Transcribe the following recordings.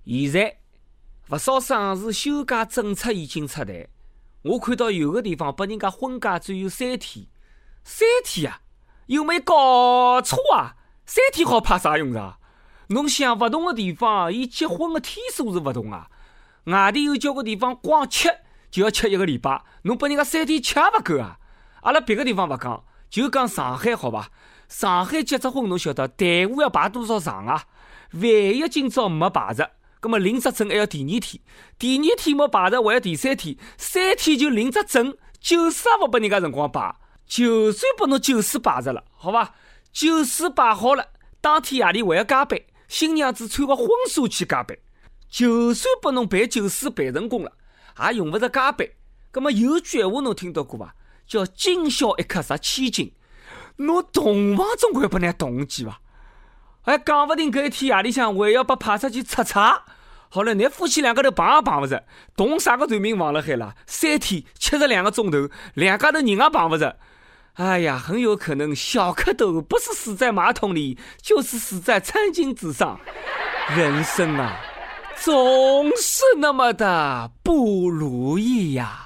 现在不少省市休假政策已经出台，我看到有个地方拨人家婚假只有3天，3天啊，有没有搞错啊？3天好派啥用场？侬想不同的地方，伊结婚的天数是不同啊。外地有交关地方光吃就要吃1个礼拜，侬拨人家3天吃也不够啊。阿拉别个地方不讲，就讲上海好吧？上海结只婚侬晓得队伍要排多少长啊？万一今朝没排着，那么领只证还要第2天，第2天没排着还要第3天，3天就领只证，就是也不拨人家辰光排。就算拨侬94排着了，好吧？94排好了，当天夜里还要加班，新娘子穿个婚纱去加班。就算拨侬办94办成功了，也用不着加班。那么有句话侬听到过伐？叫今宵一刻值千金。侬洞房总归拨人动几伐？还讲不定搿一天夜里向还要被派出去出差。好了，你夫妻两个头碰也碰不着，动啥个团名忘了海了？3天72个钟头，两家头人也碰不着。哎呀，很有可能小蝌蚪不是死在马桶里，就是死在餐巾纸上。人生啊，总是那么的不如意呀。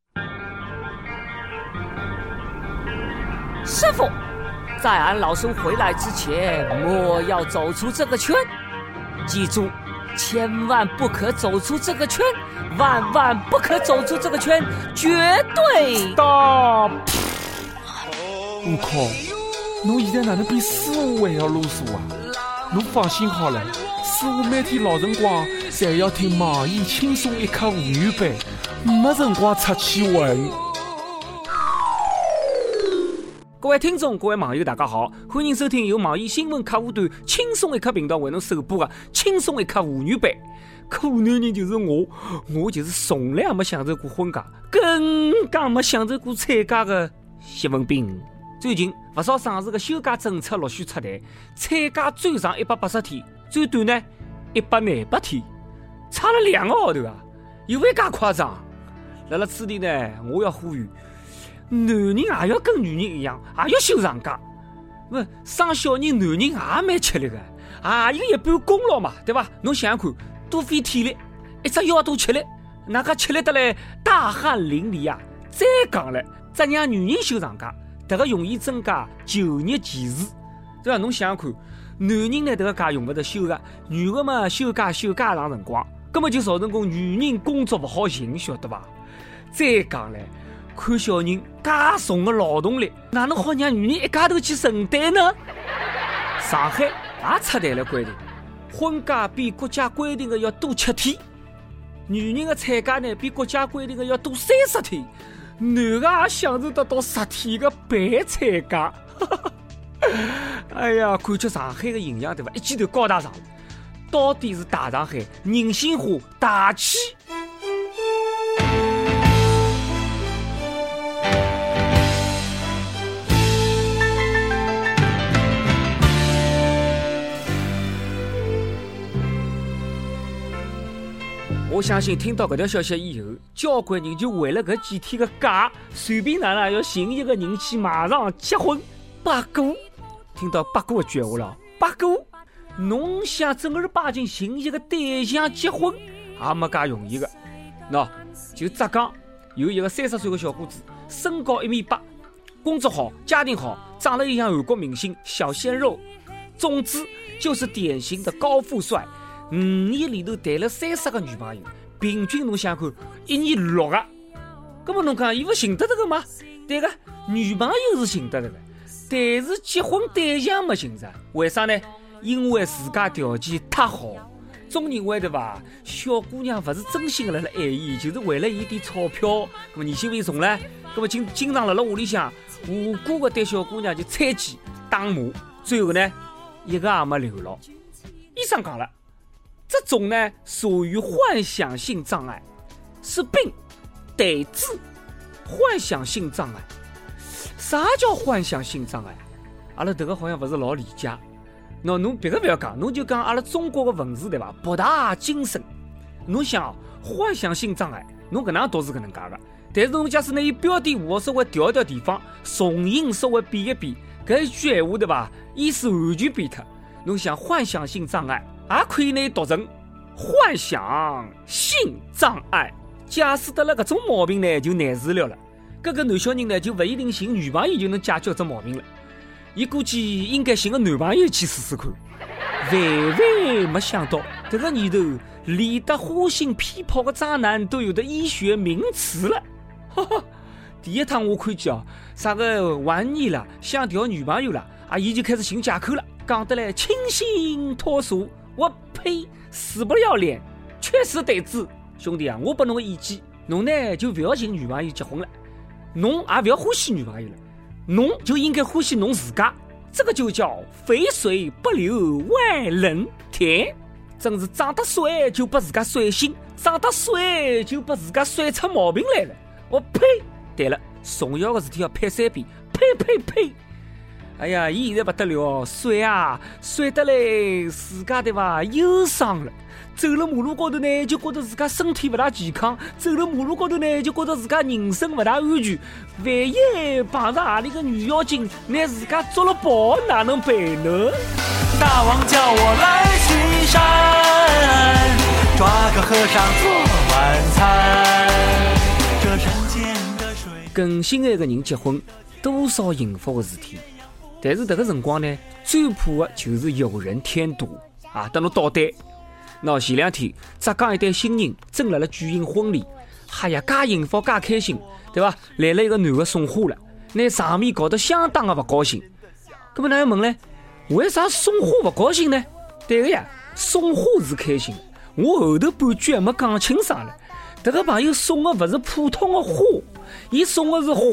师傅，在俺老孙回来之前，莫要走出这个圈。记住，千万不可走出这个圈，万万不可走出这个圈，绝对的。 我靠，侬现在哪能比师傅还要啰嗦啊？侬放心好了，师傅每天老辰光侪要听网易轻松一刻妇女版，没辰光出去混。 各位听众，各位网友，大家好，欢迎收听由网易新闻客户端轻松一刻频道为侬首播的轻松一刻妇女版。苦男人就是我就是从来没享受过婚假，更加没享受过产假的谢文斌。最近不少省市的休假政策陆续出台，产假最长180天，最短呢128天，差了2个号头啊！有没有介夸张？辣辣此地呢，我要呼吁，男人也要跟女人一样，也要休长假。不，生小人男人也蛮吃力的，也有一半功劳嘛，对吧？侬想想看，多费体力，一只腰多吃力，哪个吃力得来大汗淋漓啊！再讲了，只让女人休长假，这个容易增加就业歧视，对吧？侬想想看，男人呢这个假用不着休的，女的嘛休假长辰光，根本就造成过女人工作不好寻，晓得吧？再讲了，看小人介重的劳动力，哪能好让女人一家头去承担呢？上海也出台了规定，婚假比国家规定的要多7天，女人的产假呢比国家规定的要多30天，男的也享受得到10天的陪产假。哎呀，感觉上海的形象对吧，一记头高大上，到底是大上海人性化大气。我相信听到这条消息以后，交关人就为了搿几天的假，随便哪能要寻一个人去马上结婚。八哥，听到八哥的句话了，八哥，侬想正儿八经寻一个对象结婚，也没介容易的。喏，就浙江有一个30岁的小伙子，身高1.8米，工作好，家庭好，长得也像韩国明星小鲜肉，总之就是典型的高富帅。5年里头谈了30个女朋友，平均侬想看1年6个，那么侬讲伊不寻得这个吗？对个，女朋友是寻得这个，但是结婚对象没寻着，为啥呢？因为自家条件太好。总认为对吧？小姑娘不是真心的来爱伊，就是为了伊点钞票。那么年薪为重了，那么经常辣屋里向无辜的对小姑娘就猜忌打骂，最后呢一个也没留牢。医生讲了，这种呢属于幻想性障碍，是病，得治。幻想性障碍，啥叫幻想性障碍？阿拉这个好像不是老理解。侬别个不要讲，侬就讲阿拉中国的文字对吧？博大精深。侬想幻想性障碍，侬搿能读是搿能介的，但是侬假使拿伊标点符号稍微调地方，重音稍微变一变，搿一句闲话对吧？意思完全变脱。侬想幻想性障碍，也可以拿伊读成幻想性障碍。假使得了搿种毛病呢，就难治了了。搿个男小人呢，就勿一定寻女朋友就能解决这毛病了。伊估计应该寻个男朋友去试试看。万万没想到，这个年头连得花心屁泡的渣男都有的医学名词了。哈哈，第一趟我看见啥个玩腻了，想调女朋友了，伊就开始寻借口了，讲得来清新脱俗。我呸，死不要脸，确实得治。兄弟我拨侬个意见，侬呢就不要寻女朋友结婚了，侬也不要欢喜女朋友了，侬就应该欢喜侬自家。这个就叫肥水不流外人田，真是长得帅就把自家帅醒，长得帅就把自家帅出毛病来了。我呸！对了，重要的事体要拍3遍，呸！哎呀，伊现在不得了，帅得来，自家对吧？忧伤了。走了马路高头呢，就觉得自家身体不大健康；走了马路高头呢，就觉得自家人生不大安全。万一碰上何里个女妖精，拿自家捉了跑，哪能办呢？ 大王叫我来巡山，抓个和尚做晚餐。这山间的水， 跟心爱的人结婚，多少幸福的事体。但是这个辰光呢，最怕的就是有人添堵等侬捣蛋。前2天浙江一对新人正辣辣举行婚礼，介幸福介开心，对吧？来了一个男的送花了，拿场面搞得相当的不高兴。那么哪要问呢？为啥送花不高兴呢？对个呀，送花是开心，我后头半句还没讲清爽了。这个朋友送的不是普通的花，伊送的是花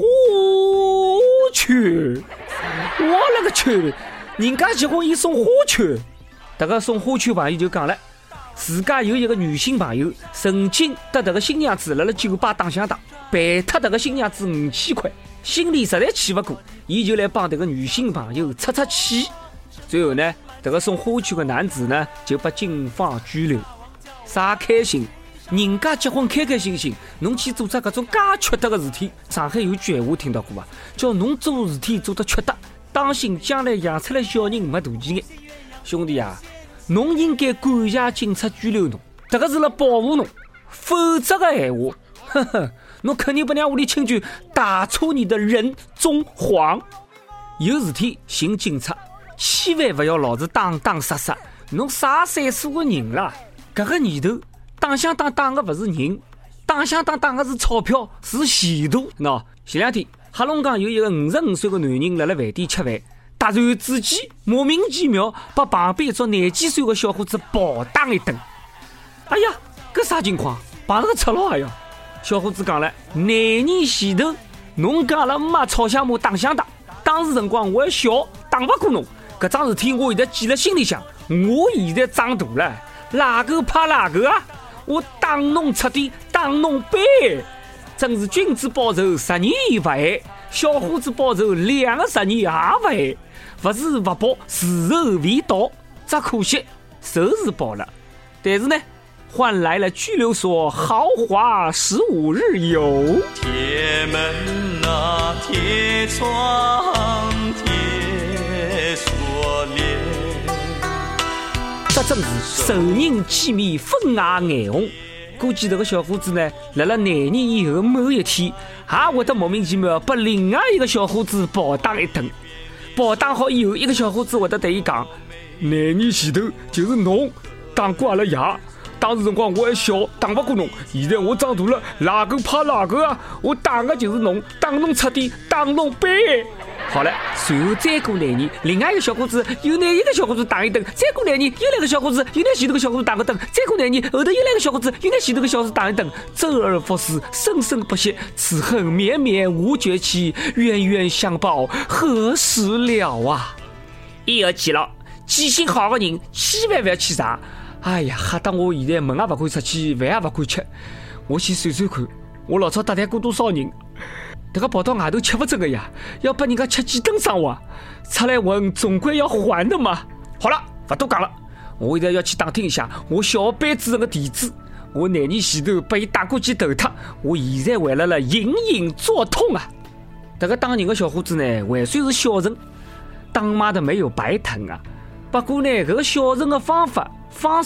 圈。我勒个去！人家结婚伊送花圈，这个送花圈朋友就讲了，自家有一个女性朋友曾经得这个新娘子辣辣酒吧打相打，赔脱这个新娘子5000块，心里实在气不过，伊就来帮这个女性朋友出气。最后呢，这个送花圈的男子呢就被警方拘留。啥开心？人家结婚开开心心，侬去做这搿种介缺德的事体。上海有句闲话听到过叫侬做事体做得缺德，当心将来养出来小人没大气眼。兄弟侬应该感谢警察拘留侬，这个是来保护侬，否则的闲话，侬肯定不让屋里亲眷打出你的人中黄。有事体寻警察，千万不要老是打打杀杀。侬啥岁数的人了？搿个年头打相打的不是人，打相打的是钞票，是前途。前2天黑龙江有一个55岁的男人辣辣饭店吃饭，突然之间莫名其妙把旁边一个廿几岁的小伙子暴打一顿。哎呀，搿啥情况？碰着个赤佬呀！小伙子讲了，廿年前头侬讲了妈吵相骂打相打，当时辰光我还小，打不过侬。搿桩事体我现在记辣心里向，我现在长大了，哪个怕哪个啊？我打侬彻底，打侬背。真是君子报仇10年也不晚，小伙子报仇2个10年也不晚。不是不报，时候未到。只可惜仇是报了，但是呢，换来了拘留所豪华15日游。 铁门铁窗铁锁链， 这正是仇人见面分外眼红。估计这个小伙子呢，辣辣廿年以后某一天，也会得莫名其妙把另外一个小伙子暴打一顿。暴打好以后，一个小伙子会得对伊讲：廿年前头就是侬打过阿拉爷，当时辰光我还小，打不过侬。现在我长大了，哪个怕哪个啊？我打的就是侬，打侬彻底，打侬背。好了，随后再过廿年，另外一个小伙子又拿一个小伙子打一顿，再过2年又来个小伙子又拿前头个小伙子打个顿，再过2年后头又来个小伙子又拿前头个小伙子打一顿，周而复始，生生不息，此恨绵绵无绝期，冤冤相报何时了啊！以后记牢，记性好的人千万不要去查。哎呀，吓得我现在门也不敢出去，饭也不敢吃。我去算算看，我老早打探过多少人。这个跑到外头吃不准的呀，要把人家吃几顿生活，出来混总归要还的嘛。好了，不多讲了，我现在要去打听一下我小班主任的地址。我廿年前头被伊打过几头他，我现在为了隐隐作痛啊。这个打人的小伙子呢，还算是小人，当妈的没有白疼啊。不过呢，这个小人的方式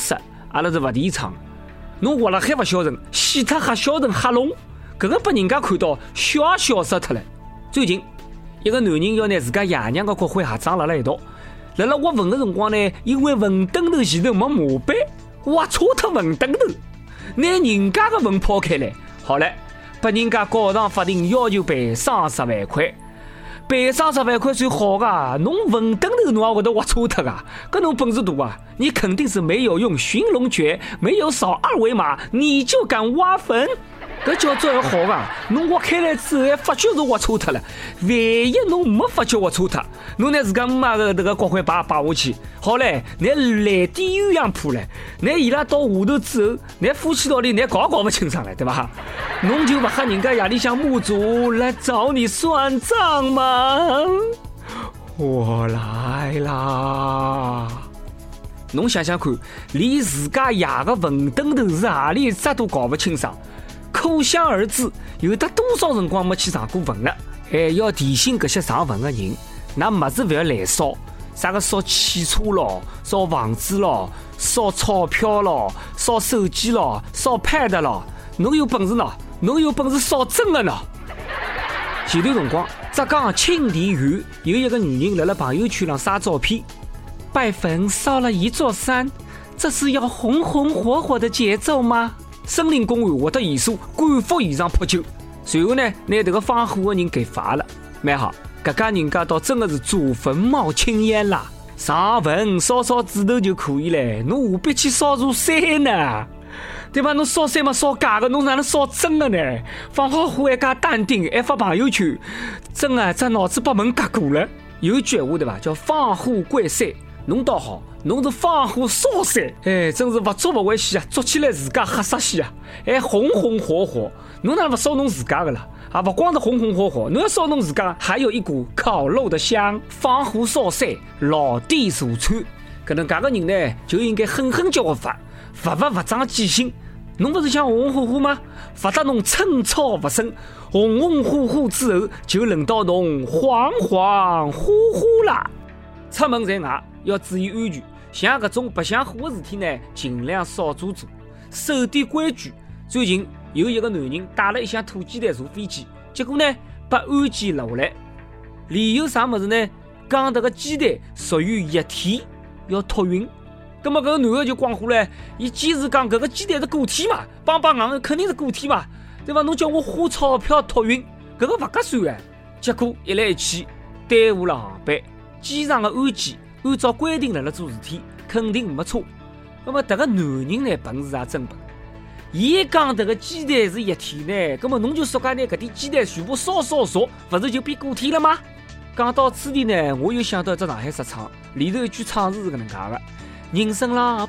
阿拉是不提倡。侬活了还不小人，死脱还小人瞎弄，搿个被人家看到笑死脱了。最近一个男人要拿自家爷娘的骨灰盒装辣一道，辣辣挖坟的辰光呢，因为坟灯头前头没马板，挖错脱坟灯头，拿人家的坟抛开来，好了，被人家告上法庭，要求赔30万块。赔30万块算好噶，侬坟灯头侬也会得挖错脱噶，搿侬本事大啊！你肯定是没有用寻龙诀，没有扫2维码，你就敢挖坟？搿叫做还好噶，侬挖开来之后还发觉是挖错脱了。万一侬没发觉挖错脱，侬拿自家妈的这个骨灰摆下去，好嘞，拿来点鸳鸯谱嘞，拿伊拉到下头之后，拿夫妻道理拿搞不清爽了，对吧？侬就不吓人家夜里向墓主来找你算账吗？我来啦！侬想想看，连自家爷的坟灯头是何里只都搞不清爽。可想而知，有得多少辰光没去上过坟了？还要提醒搿些上坟的人，那物事不要来烧，啥个烧汽车咯，烧房子咯，烧钞票咯，烧手机咯，烧 pad 咯，侬有本事喏，侬有本事烧真的喏！前段辰光，浙江青田县有一个女人辣辣朋友圈上晒照片，拜坟烧了一座山，这是要红红火火的节奏吗？森林公园获得移除，赶赴现场扑救，随后呢，拿这个放火的人给罚了。蛮好，搿家人家倒真的是祖坟冒青烟啦！上坟烧纸头就可以了，侬何必去烧座山呢？对吧？侬烧山嘛烧假的，侬哪能烧真的呢？放好火还加淡定，还发朋友圈，真的这脑子把门夹过了。有一句话对吧？叫放火归山，侬倒好。侬是放火烧山，真是不做不回去啊！做起来自家吓死死啊！还红红火火，侬哪不烧侬自家的啦？啊，不光是红红火火，侬要烧侬自家，还有一股烤肉的香。放火烧山，老底所穿，搿能介个人呢，就应该狠狠叫我罚，罚长记性。侬不是想红红火火吗？罚得侬寸草不生，红红火火之后，就轮到侬恍恍惚惚啦。出门在外要注意安全。像搿种不想火的事体呢，尽量少做。守点规矩。最近有一个男人带了一箱土鸡蛋坐飞机，结果呢被安检留下来，理由啥么子呢？讲这个鸡蛋属于液体，要托运。那么搿个男的就光火了，伊坚持讲搿个鸡蛋是固体嘛，帮硬肯定是固体嘛，对吧？侬叫我花钞票托运，搿个勿合算啊！结果一来一去，耽误了航班，机场的安检。按照规定辣辣做事体，肯定没错。那么这个男人呢，本事也真笨。伊讲这个鸡蛋是液体呢，那么侬就说讲呢，搿点鸡蛋全部烧熟，不是就变固体了吗？讲到此地呢，我又想到一只上海说唱，里头一句唱词是搿能介的：人生啦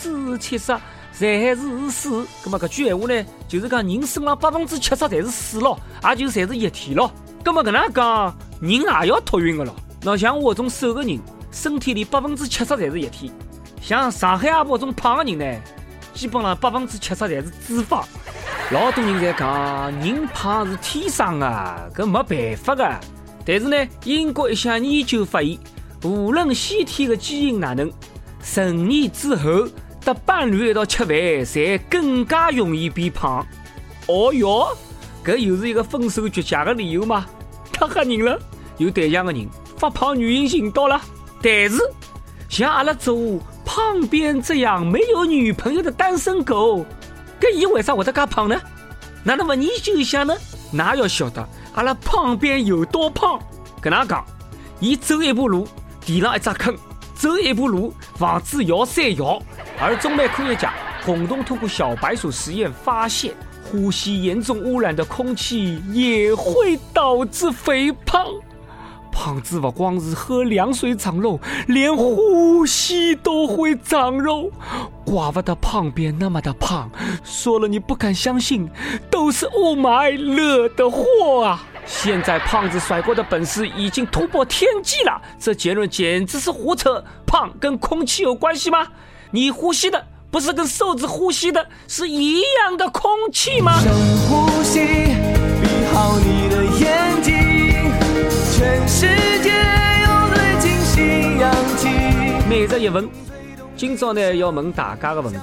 70%侪是水。那么搿句闲话呢，就是讲人生啦70%侪是水咯，也就侪是液体咯。那么搿能讲，人也要托运的咯。那像我这种瘦的人。身体里70%侪是液体，像上海阿婆这种胖的人呢，基本上70%侪是脂肪。老多人在讲人胖是天生的，搿没办法的。但是呢，英国一项研究发现，无论先天的基因哪能，成年之后和伴侣一道吃饭，侪更加容易变胖。哦哟，搿又是一个分手绝佳的理由吗？太吓人了！有对象的人发胖原因寻到了。但是，像阿拉做胖边这样没有女朋友的单身狗，搿伊为啥会得介胖呢？哪能不研究一下呢？哪要晓得阿拉胖边有多胖？跟哪讲，伊走一步路，地上一只坑；走一步路，房子摇3摇。而中美科学家共同通过小白鼠实验发现，呼吸严重污染的空气也会导致肥胖。胖子不光是喝凉水长肉，连呼吸都会长肉，怪不得胖边那么的胖。说了你不敢相信，都是雾霾惹的祸啊！现在胖子甩锅的本事已经突破天际了，这结论简直是胡扯。胖跟空气有关系吗？你呼吸的不是跟瘦子呼吸的是一样的空气吗？ 深呼吸，闭好你的眼睛，全世界有最清新氧气。 每日一问，今朝呢要问大家的问题：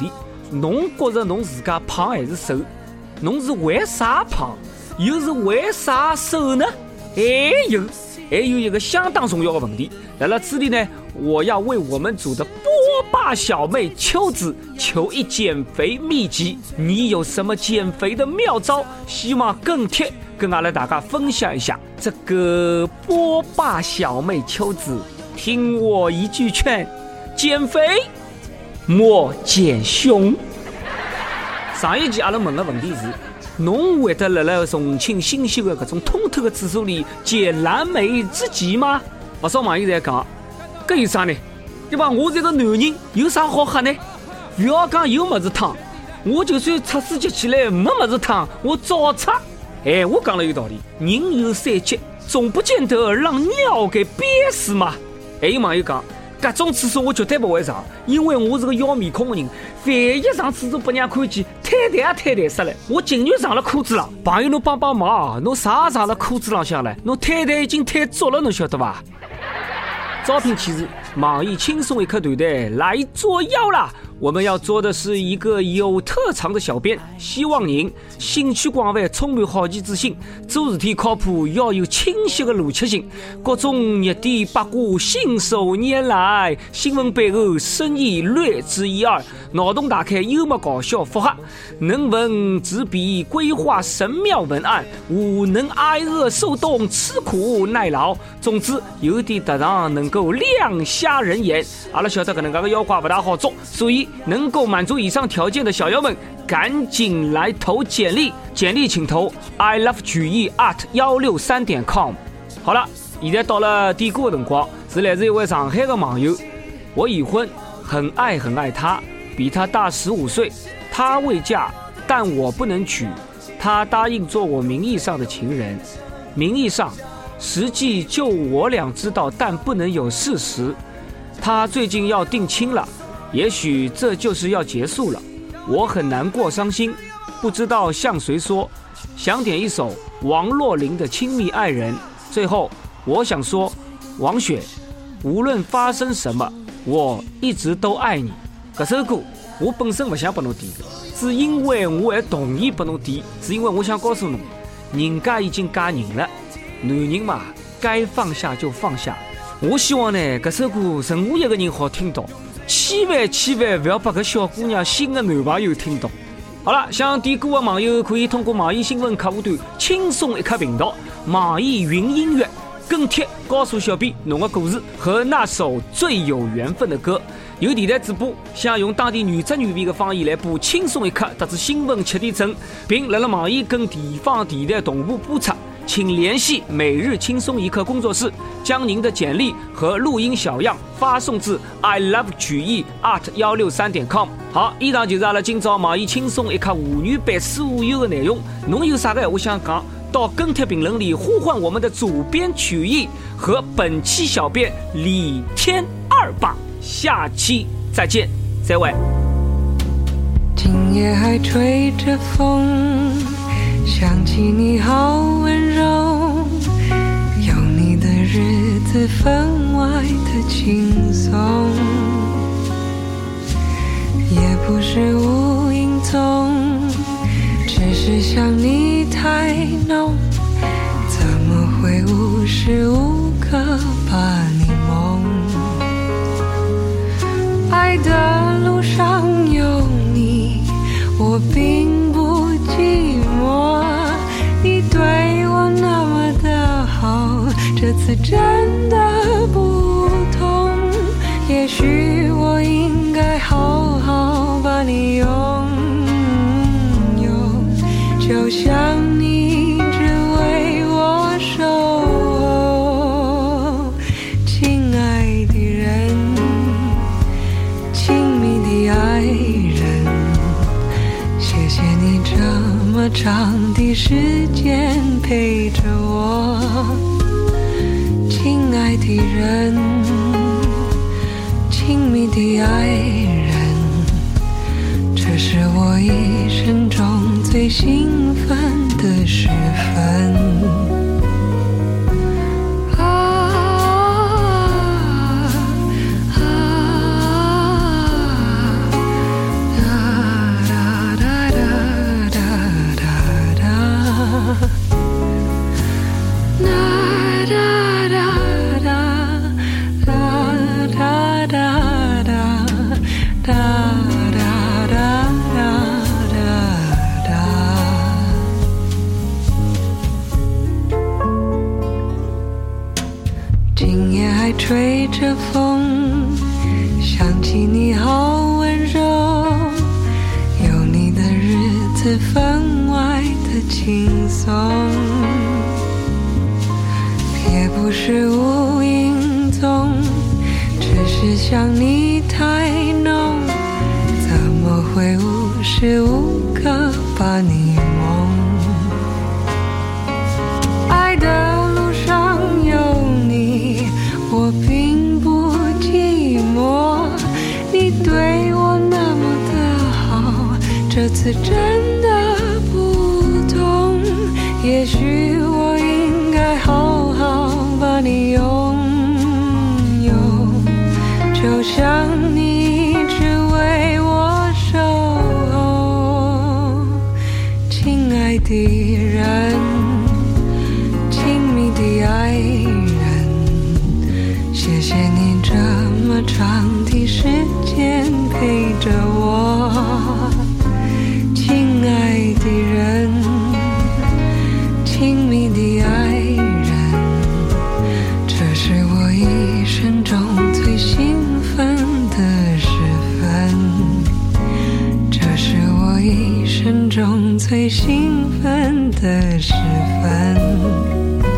侬觉着侬自家胖还是瘦？侬是为啥胖？又是为啥瘦呢？还有一个相当重要的问题，来了这里呢，我要为我们组的波霸小妹秋子求一减肥秘籍。你有什么减肥的妙招？希望更贴跟阿拉大家分享一下。这个波霸小妹秋子，听我一句劝，减肥莫减胸。上一集阿拉问的问题是，侬会得辣重庆新修的搿种通透的厕所里解燃眉之急吗？不少网友在讲，搿有啥呢？对吧？我这个男人有啥好喝呢？不要讲有么子烫，我就算测试急起来没么子烫，我照测。我讲了有道理，人有三急，总不见得让尿给憋死嘛。还有网友讲，搿种厕所我绝对不会上，因为我是个要面孔的人，万一上厕所被人家看见，摊台也摊台死了，我情愿上了裤子上。朋友侬帮帮忙，侬啥上了裤子浪向了？侬摊台已经摊足了，侬晓得吧？招聘启事，网易轻松一刻团队来作妖啦！我们要做的是一个有特长的小编，希望您兴趣广泛，充满好奇之心，做事体靠谱，要有清晰的逻辑性，各种热点八卦信手拈来，新闻背后深意略知一二，脑洞大开，幽默搞笑，复合能文执笔，规划神妙文案，武能挨饿受冻，吃苦耐劳。总之有点特长，能够亮瞎人眼。阿拉晓得搿能介个妖怪不大好做，所以能够满足以上条件的小妖们，赶紧来投简历，简历请投 I love 曲艺 @163.com。好了，现在到了点歌的辰光，是来自一位上海的网友。我已婚，很爱他，比他大15岁，他未嫁，但我不能娶，他答应做我名义上的情人，名义上，实际就我俩知道，但不能有事实。他最近要定亲了，也许这就是要结束了，我很难过伤心，不知道向谁说，想点一首王若琳的亲密爱人。最后我想说，王雪，无论发生什么，我一直都爱你。这首歌我本身不想帮侬点，是因为我还同意帮侬点，是因为我想告诉侬，人家已经嫁人了，男人嘛，该放下就放下。我希望呢，这首歌任何一个人好听到，千万不要把个小姑娘新的男朋友听到。好了，想点歌的网友可以通过网易新闻客户端轻松一刻频道、网易云音乐跟帖告诉小编侬的故事和那首最有缘分的歌。有电台主播想用当地原汁原味的方言来播轻松一刻得知新闻7点整，并在网易跟地方电台同步播出，请联系每日轻松一刻工作室，将您的简历和录音小样发送至 I love 曲艺 @163.com。 好，以上就是阿拉今朝网易轻松一刻妇女版所有的内容。侬有啥个我想讲，到跟帖评论里呼唤我们的主编曲艺和本期小编李天二吧。下期再见，再会。 今夜还吹着风，想起你好温柔，有你的日子分外的轻松，也不是无影踪，只是想你太浓，怎么会无时无刻把你梦。爱的路上有你，我并不寂寞，你对我那么的好，这次真的不同，也许我应该好好把你拥有，就像你只为我守候。亲爱的人，亲密的爱人，谢谢你这么长的时间陪着我。亲爱的人，亲密的爱人，这是我一生中最兴奋的时分。啊吹着风，想起你好温柔，有你的日子分外的轻松，也不是无影踪，只是想你太浓，怎么会无时无刻把你梦？爱的路上有你，我并不寂寞，你对我那么的好，这次真的不同，也许我应该好好把你拥有，就像你一直为我守候。亲爱的人，亲密的爱人，谢谢你这么长的时间陪着我。亲爱的人，亲密的爱人，这是我一生中最兴奋的时分，这是我一生中最兴奋的时分。